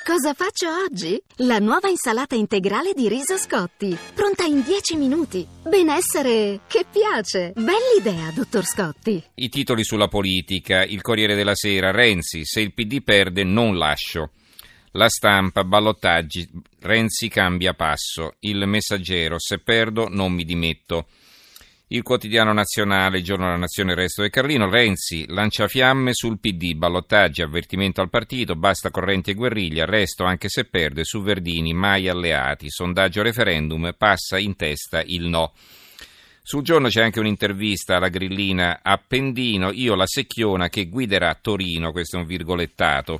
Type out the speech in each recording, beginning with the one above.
Cosa faccio oggi? La nuova insalata integrale di riso Scotti, pronta in 10 minuti. Benessere che piace. Bell'idea, dottor Scotti. I titoli sulla politica. Il Corriere della Sera: Renzi, se il PD perde non lascio. La Stampa: ballottaggi, Renzi cambia passo. Il Messaggero: se perdo non mi dimetto. Il Quotidiano Nazionale, Giorno della Nazione, il Resto del Carlino: Renzi lancia fiamme sul PD, ballottaggi, avvertimento al partito, basta correnti e guerriglia, arresto anche se perde, su Verdini mai alleati, sondaggio referendum, passa in testa il no. Sul Giorno c'è anche un'intervista alla grillina Appendino: io la secchiona che guiderà Torino, questo è un virgolettato.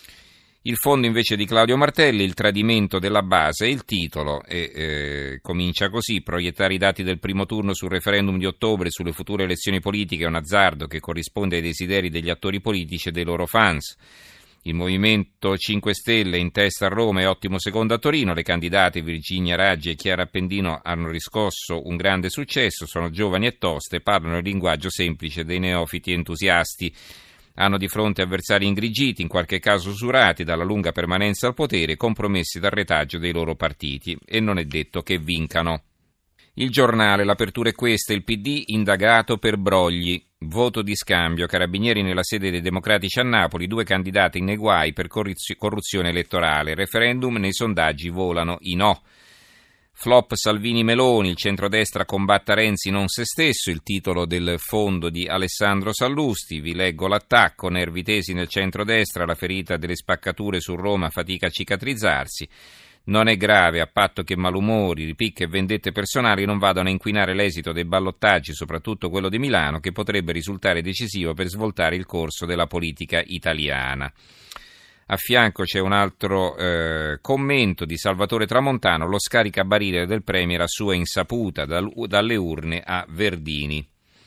Il Fondo invece di Claudio Martelli, il tradimento della base, il titolo comincia così: proiettare i dati del primo turno sul referendum di ottobre sulle future elezioni politiche è un azzardo che corrisponde ai desideri degli attori politici e dei loro fans. Il Movimento 5 Stelle in testa a Roma e ottimo secondo a Torino, le candidate Virginia Raggi e Chiara Appendino hanno riscosso un grande successo, sono giovani e toste, parlano il linguaggio semplice dei neofiti entusiasti. Hanno di fronte avversari ingrigiti, in qualche caso usurati dalla lunga permanenza al potere, compromessi dal retaggio dei loro partiti, e non è detto che vincano. Il Giornale, l'apertura è questa: il PD indagato per brogli, voto di scambio, carabinieri nella sede dei Democratici a Napoli, 2 candidati nei guai per corruzione elettorale, referendum, nei sondaggi volano i no. Flop Salvini-Meloni, il centrodestra combatta Renzi non se stesso, il titolo del Fondo di Alessandro Sallusti. Vi leggo l'attacco: nervi tesi nel centrodestra, la ferita delle spaccature su Roma fatica a cicatrizzarsi. Non è grave, a patto che malumori, ripicche e vendette personali non vadano a inquinare l'esito dei ballottaggi, soprattutto quello di Milano, che potrebbe risultare decisivo per svoltare il corso della politica italiana. A fianco c'è un altro commento di Salvatore Tramontano: lo scaricabarile del Premier a sua insaputa, dalle urne a Verdini.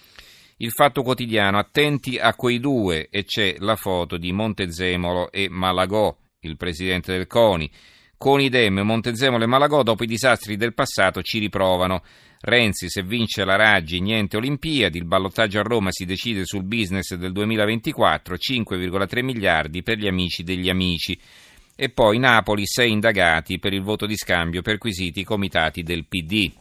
Il Fatto Quotidiano: attenti a quei 2, e c'è la foto di Montezemolo e Malagò, il presidente del CONI. Con Idem, Montezemolo e Malagò dopo i disastri del passato ci riprovano. Renzi, se vince la Raggi niente Olimpiadi, il ballottaggio a Roma si decide sul business del 2024, 5,3 miliardi per gli amici degli amici. E poi Napoli, 6 indagati per il voto di scambio perquisiti i comitati del PD.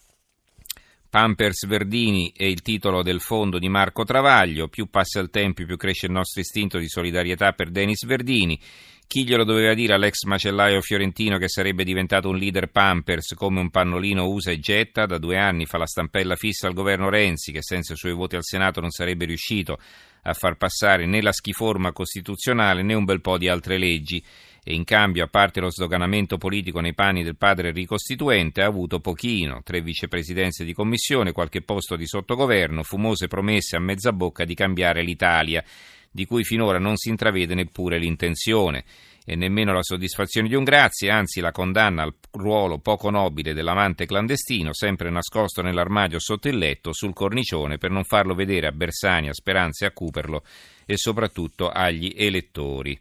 Pampers Verdini è il titolo del fondo di Marco Travaglio: più passa il tempo più cresce il nostro istinto di solidarietà per Denis Verdini. Chi glielo doveva dire all'ex macellaio fiorentino che sarebbe diventato un leader Pampers come un pannolino usa e getta? Da 2 anni fa la stampella fissa al governo Renzi, che senza i suoi voti al Senato non sarebbe riuscito a far passare né la schiforma costituzionale né un bel po' di altre leggi, e in cambio, a parte lo sdoganamento politico nei panni del padre ricostituente, ha avuto pochino: 3 vicepresidenze di commissione, qualche posto di sottogoverno, fumose promesse a mezza bocca di cambiare l'Italia, di cui finora non si intravede neppure l'intenzione, e nemmeno la soddisfazione di un grazie, anzi la condanna al ruolo poco nobile dell'amante clandestino, sempre nascosto nell'armadio sotto il letto, sul cornicione, per non farlo vedere a Bersani, a Speranza e a Cooperlo, e soprattutto agli elettori.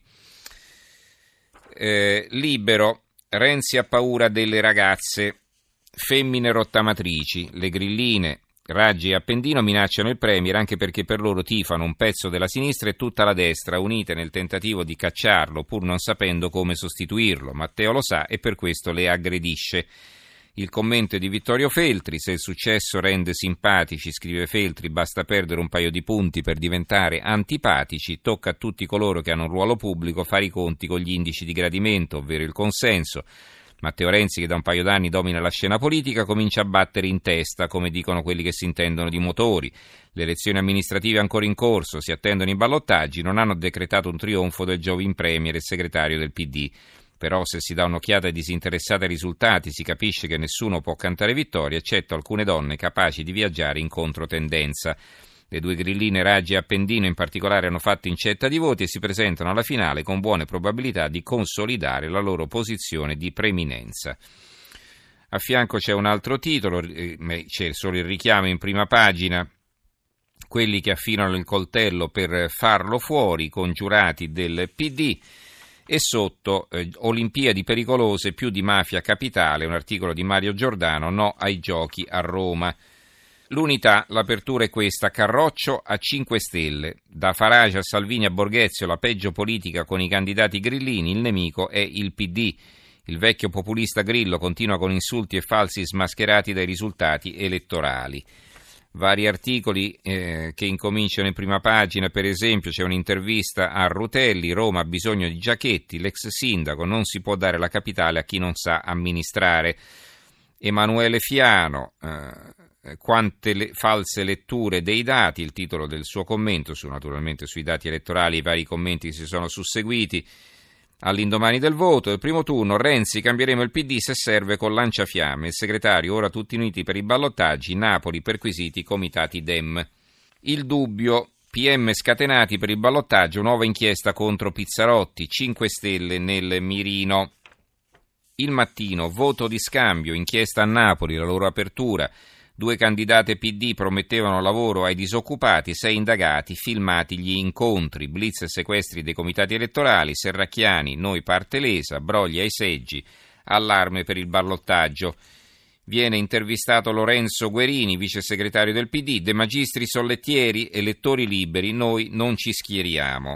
Libero: Renzi ha paura delle ragazze, femmine rottamatrici, le grilline Raggi e Appendino minacciano il Premier anche perché per loro tifano un pezzo della sinistra e tutta la destra, unite nel tentativo di cacciarlo pur non sapendo come sostituirlo. Matteo lo sa e per questo le aggredisce. Il commento è di Vittorio Feltri: se il successo rende simpatici, scrive Feltri, basta perdere un paio di punti per diventare antipatici, tocca a tutti coloro che hanno un ruolo pubblico fare i conti con gli indici di gradimento, ovvero il consenso. Matteo Renzi, che da un paio d'anni domina la scena politica, comincia a battere in testa, come dicono quelli che si intendono di motori. Le elezioni amministrative ancora in corso, si attendono i ballottaggi, non hanno decretato un trionfo del giovin Premier e segretario del PD. Però se si dà un'occhiata disinteressata ai risultati si capisce che nessuno può cantare vittoria, eccetto alcune donne capaci di viaggiare in controtendenza. Le 2 grilline Raggi e Appendino in particolare hanno fatto incetta di voti e si presentano alla finale con buone probabilità di consolidare la loro posizione di preeminenza. A fianco c'è un altro titolo, c'è solo il richiamo in prima pagina: quelli che affilano il coltello per farlo fuori, congiurati del PD. E sotto Olimpiadi pericolose, più di mafia capitale, un articolo di Mario Giordano: no ai giochi a Roma. L'Unità, l'apertura è questa: Carroccio a 5 Stelle. Da Farage a Salvini a Borghezio, la peggio politica con i candidati grillini, il nemico è il PD. Il vecchio populista Grillo continua con insulti e falsi smascherati dai risultati elettorali. Vari articoli che incominciano in prima pagina, per esempio c'è un'intervista a Rutelli: Roma ha bisogno di Giachetti, l'ex sindaco, non si può dare la capitale a chi non sa amministrare. Emanuele Fiano, quante false letture dei dati, il titolo del suo commento, naturalmente sui dati elettorali, i vari commenti che si sono susseguiti. All'indomani del voto, del primo turno, Renzi: cambieremo il PD se serve con lanciafiamme. Il segretario: ora tutti uniti per i ballottaggi. Napoli, perquisiti i comitati Dem. Il Dubbio: PM scatenati per il ballottaggio, nuova inchiesta contro Pizzarotti, 5 Stelle nel mirino. Il Mattino: voto di scambio, inchiesta a Napoli, la loro apertura. 2 candidate PD promettevano lavoro ai disoccupati, 6 indagati, filmati gli incontri, blitz e sequestri dei comitati elettorali, Serracchiani, noi parte lesa, brogli ai seggi, allarme per il ballottaggio. Viene intervistato Lorenzo Guerini, vice segretario del PD: De Magistris sollettieri, elettori liberi, noi non ci schieriamo.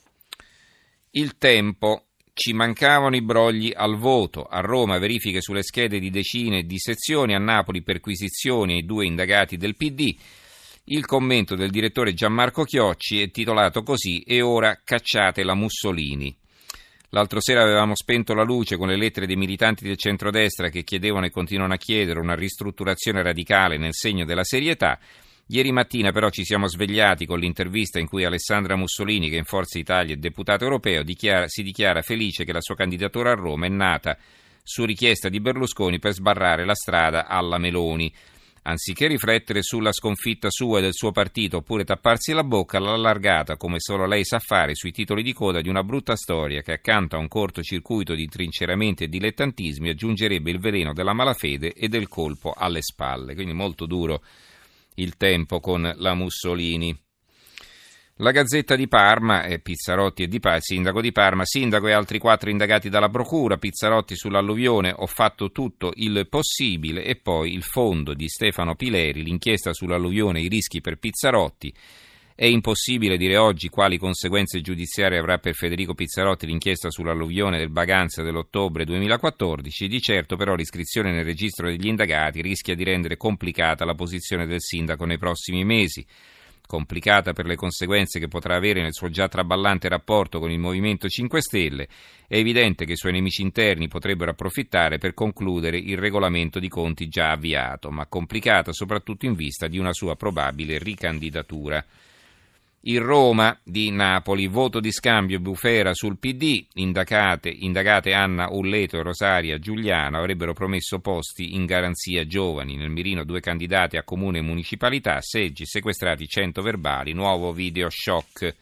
Il Tempo: ci mancavano i brogli al voto. A Roma verifiche sulle schede di decine di sezioni, a Napoli perquisizioni ai 2 indagati del PD. Il commento del direttore Gianmarco Chiocci è titolato così: e ora cacciate la Mussolini. L'altro sera avevamo spento la luce con le lettere dei militanti del centrodestra che chiedevano e continuano a chiedere una ristrutturazione radicale nel segno della serietà. Ieri mattina però ci siamo svegliati con l'intervista in cui Alessandra Mussolini, che in Forza Italia è deputato europeo, si dichiara felice che la sua candidatura a Roma è nata su richiesta di Berlusconi per sbarrare la strada alla Meloni. Anziché riflettere sulla sconfitta sua e del suo partito oppure tapparsi la bocca, l'ha allargata, come solo lei sa fare, sui titoli di coda di una brutta storia che accanto a un cortocircuito di trinceramenti e dilettantismi aggiungerebbe il veleno della malafede e del colpo alle spalle. Quindi molto duro il Tempo con la Mussolini. La Gazzetta di Parma, Pizzarotti e sindaco di Parma, sindaco e altri 4 indagati dalla procura, Pizzarotti sull'alluvione, ho fatto tutto il possibile, e poi il fondo di Stefano Pileri, l'inchiesta sull'alluvione, i rischi per Pizzarotti. È impossibile dire oggi quali conseguenze giudiziarie avrà per Federico Pizzarotti l'inchiesta sull'alluvione del Baganza dell'ottobre 2014, di certo però l'iscrizione nel registro degli indagati rischia di rendere complicata la posizione del sindaco nei prossimi mesi. Complicata per le conseguenze che potrà avere nel suo già traballante rapporto con il Movimento 5 Stelle, è evidente che i suoi nemici interni potrebbero approfittare per concludere il regolamento di conti già avviato, ma complicata soprattutto in vista di una sua probabile ricandidatura. Il Roma di Napoli, voto di scambio bufera sul PD, indagate Anna Ulleto e Rosaria Giuliano avrebbero promesso posti in garanzia giovani. Nel mirino 2 candidate a comune e municipalità, seggi, sequestrati 100 verbali, nuovo video shock.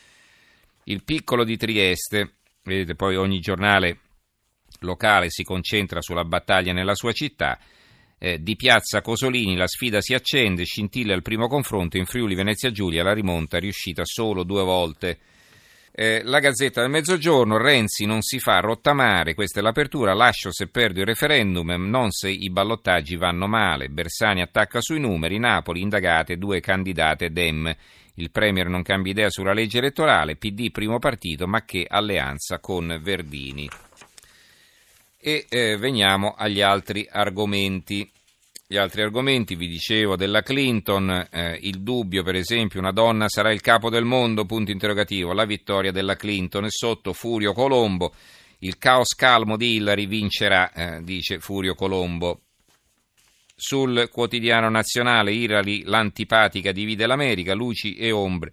Il Piccolo di Trieste, vedete poi ogni giornale locale si concentra sulla battaglia nella sua città. Di Piazza Cosolini la sfida si accende, scintilla il primo confronto, in Friuli Venezia Giulia la rimonta riuscita solo 2 volte. La Gazzetta del Mezzogiorno, Renzi non si fa rottamare, questa è l'apertura, lascio se perdo il referendum, non se i ballottaggi vanno male, Bersani attacca sui numeri, Napoli indagate 2 candidate Dem, il Premier non cambia idea sulla legge elettorale, PD primo partito ma che alleanza con Verdini. E veniamo agli altri argomenti. Gli altri argomenti, vi dicevo, della Clinton, il dubbio per esempio, una donna sarà il capo del mondo, punto interrogativo, la vittoria della Clinton, e sotto Furio Colombo, il caos calmo di Hillary vincerà, dice Furio Colombo. Sul Quotidiano Nazionale, Hillary l'antipatica divide l'America, luci e ombre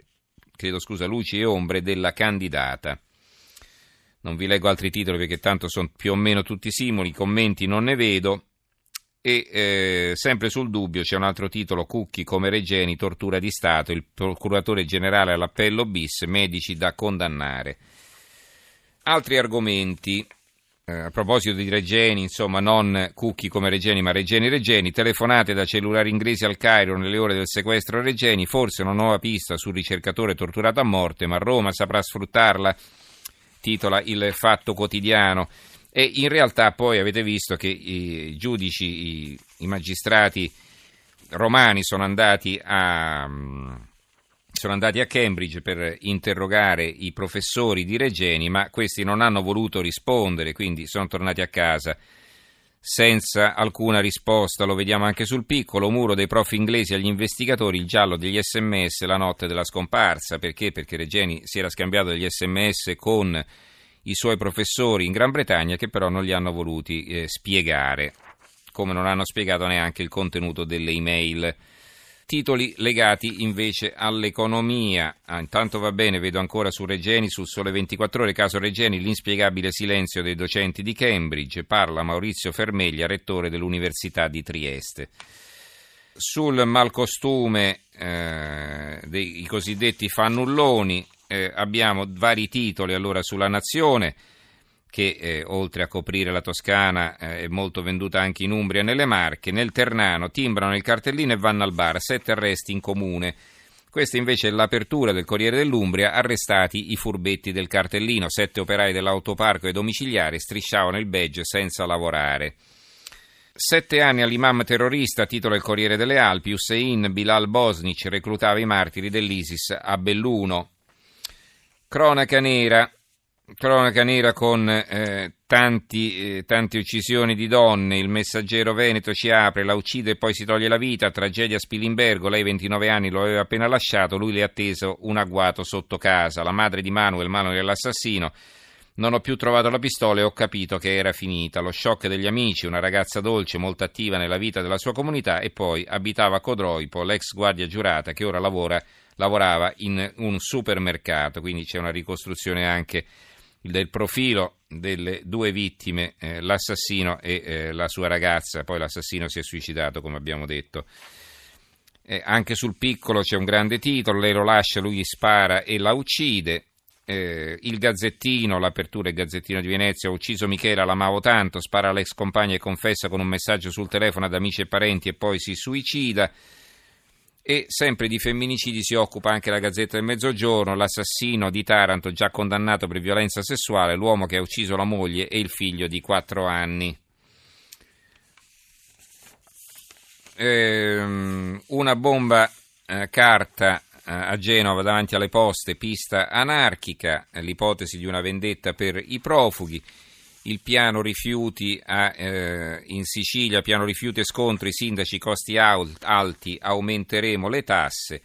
della candidata. Non vi leggo altri titoli perché tanto sono più o meno tutti simili, commenti non ne vedo. E sempre sul dubbio c'è un altro titolo, Cucchi come Regeni, tortura di Stato, il procuratore generale all'appello bis, medici da condannare. Altri argomenti, a proposito di Regeni, insomma non Cucchi come Regeni ma Regeni, telefonate da cellulari inglesi al Cairo nelle ore del sequestro a Regeni, forse una nuova pista sul ricercatore torturato a morte, ma Roma saprà sfruttarla, titola il Fatto Quotidiano. E in realtà poi avete visto che i giudici, i magistrati romani sono andati a Cambridge per interrogare i professori di Regeni, ma questi non hanno voluto rispondere, quindi sono tornati a casa senza alcuna risposta. Lo vediamo anche sul piccolo muro dei prof inglesi agli investigatori, il giallo degli SMS la notte della scomparsa. Perché? Perché Regeni si era scambiato degli SMS con i suoi professori in Gran Bretagna, che però non li hanno voluti spiegare, come non hanno spiegato neanche il contenuto delle email. Titoli legati invece all'economia. Intanto va bene, vedo ancora su Regeni, sul Sole 24 Ore, caso Regeni, l'inspiegabile silenzio dei docenti di Cambridge, parla Maurizio Fermeglia, rettore dell'Università di Trieste. Sul malcostume dei cosiddetti fannulloni abbiamo vari titoli. Allora, sulla Nazione, che oltre a coprire la Toscana è molto venduta anche in Umbria e nelle Marche. Nel Ternano timbrano il cartellino e vanno al bar, 7 arresti in comune. Questa invece è l'apertura del Corriere dell'Umbria, arrestati i furbetti del cartellino, 7 operai dell'autoparco e domiciliari strisciavano il badge senza lavorare. 7 anni all'imam terrorista, titola il Corriere delle Alpi, Hussein Bilal Bosnic reclutava i martiri dell'ISIS a Belluno. Cronaca nera con tante uccisioni di donne. Il Messaggero Veneto ci apre, la uccide e poi si toglie la vita, tragedia a Spilimbergo, lei 29 anni lo aveva appena lasciato, lui le ha atteso un agguato sotto casa. La madre di Manuel l'assassino, non ho più trovato la pistola e ho capito che era finita. Lo shock degli amici, una ragazza dolce molto attiva nella vita della sua comunità, e poi abitava a Codroipo, l'ex guardia giurata che ora lavorava in un supermercato. Quindi c'è una ricostruzione anche del profilo delle due vittime, l'assassino e la sua ragazza. Poi l'assassino si è suicidato, come abbiamo detto. Anche sul piccolo c'è un grande titolo, lei lo lascia, lui gli spara e la uccide. Il Gazzettino, l'apertura del Gazzettino di Venezia, ho ucciso Michela, l'amavo tanto, spara all'ex compagna e confessa con un messaggio sul telefono ad amici e parenti e poi si suicida. E sempre di femminicidi si occupa anche la Gazzetta del Mezzogiorno, l'assassino di Taranto già condannato per violenza sessuale, l'uomo che ha ucciso la moglie e il figlio di 4 anni. Una bomba carta a Genova davanti alle poste, pista anarchica, l'ipotesi di una vendetta per i profughi. Il piano rifiuti in Sicilia, piano rifiuti e scontri, sindaci, costi alti, aumenteremo le tasse.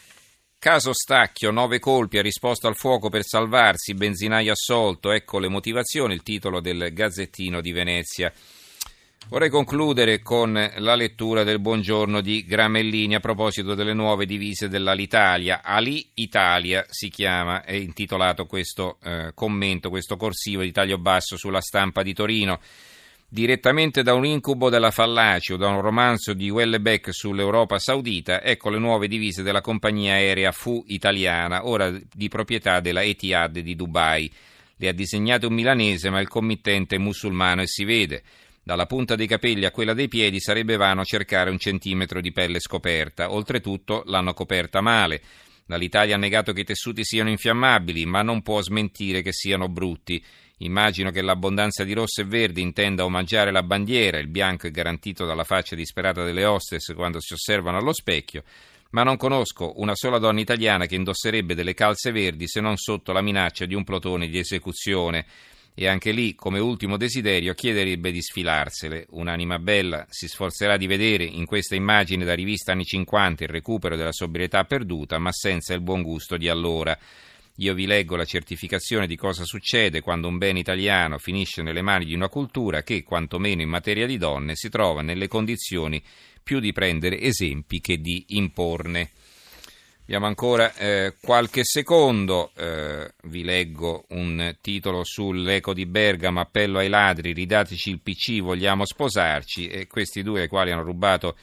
Caso Stacchio, 9 colpi, ha risposto al fuoco per salvarsi, benzinaio assolto, ecco le motivazioni, il titolo del Gazzettino di Venezia. Vorrei concludere con la lettura del buongiorno di Gramellini a proposito delle nuove divise dell'Alitalia. Ali Italia si chiama, è intitolato questo commento, questo corsivo di taglio basso sulla Stampa di Torino. Direttamente da un incubo della Fallaci o da un romanzo di Houellebecq sull'Europa saudita, ecco le nuove divise della compagnia aerea Fu italiana, ora di proprietà della Etihad di Dubai. Le ha disegnate un milanese, ma il committente è musulmano e si vede. Dalla punta dei capelli a quella dei piedi sarebbe vano cercare 1 centimetro di pelle scoperta. Oltretutto l'hanno coperta male. L'Italia ha negato che i tessuti siano infiammabili, ma non può smentire che siano brutti. Immagino che l'abbondanza di rosso e verde intenda omaggiare la bandiera, il bianco è garantito dalla faccia disperata delle hostess quando si osservano allo specchio, ma non conosco una sola donna italiana che indosserebbe delle calze verdi se non sotto la minaccia di un plotone di esecuzione. E anche lì, come ultimo desiderio, chiederebbe di sfilarsele. Un'anima bella si sforzerà di vedere in questa immagine da rivista anni 50 il recupero della sobrietà perduta, ma senza il buon gusto di allora. Io vi leggo la certificazione di cosa succede quando un bene italiano finisce nelle mani di una cultura che, quantomeno in materia di donne, si trova nelle condizioni più di prendere esempi che di imporne. Abbiamo ancora qualche secondo, vi leggo un titolo sull'Eco di Bergamo, appello ai ladri, ridateci il PC, vogliamo sposarci, e questi due ai quali hanno rubato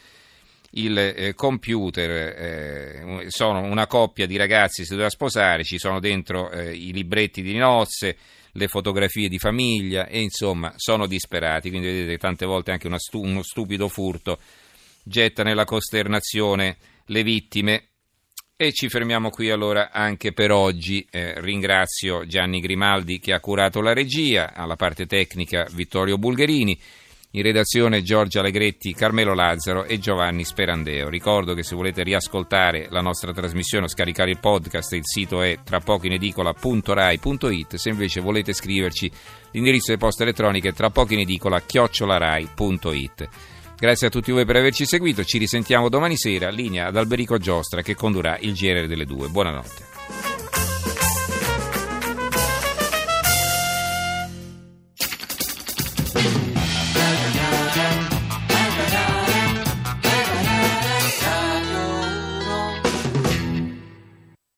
il computer sono una coppia di ragazzi si doveva sposare, ci sono dentro i libretti di nozze, le fotografie di famiglia e insomma sono disperati, quindi vedete tante volte anche uno stupido furto getta nella costernazione le vittime. E ci fermiamo qui allora anche per oggi. Ringrazio Gianni Grimaldi che ha curato la regia, alla parte tecnica Vittorio Bulgherini. In redazione Giorgia Allegretti, Carmelo Lazzaro e Giovanni Sperandeo. Ricordo che se volete riascoltare la nostra trasmissione o scaricare il podcast, il sito è trapocoinedicola.rai.it. Se invece volete scriverci, l'indirizzo di posta elettronica è trapocoinedicola@rai.it. Grazie a tutti voi per averci seguito, ci risentiamo domani sera, linea ad Alberico Giostra che condurrà il GR delle 2. Buonanotte.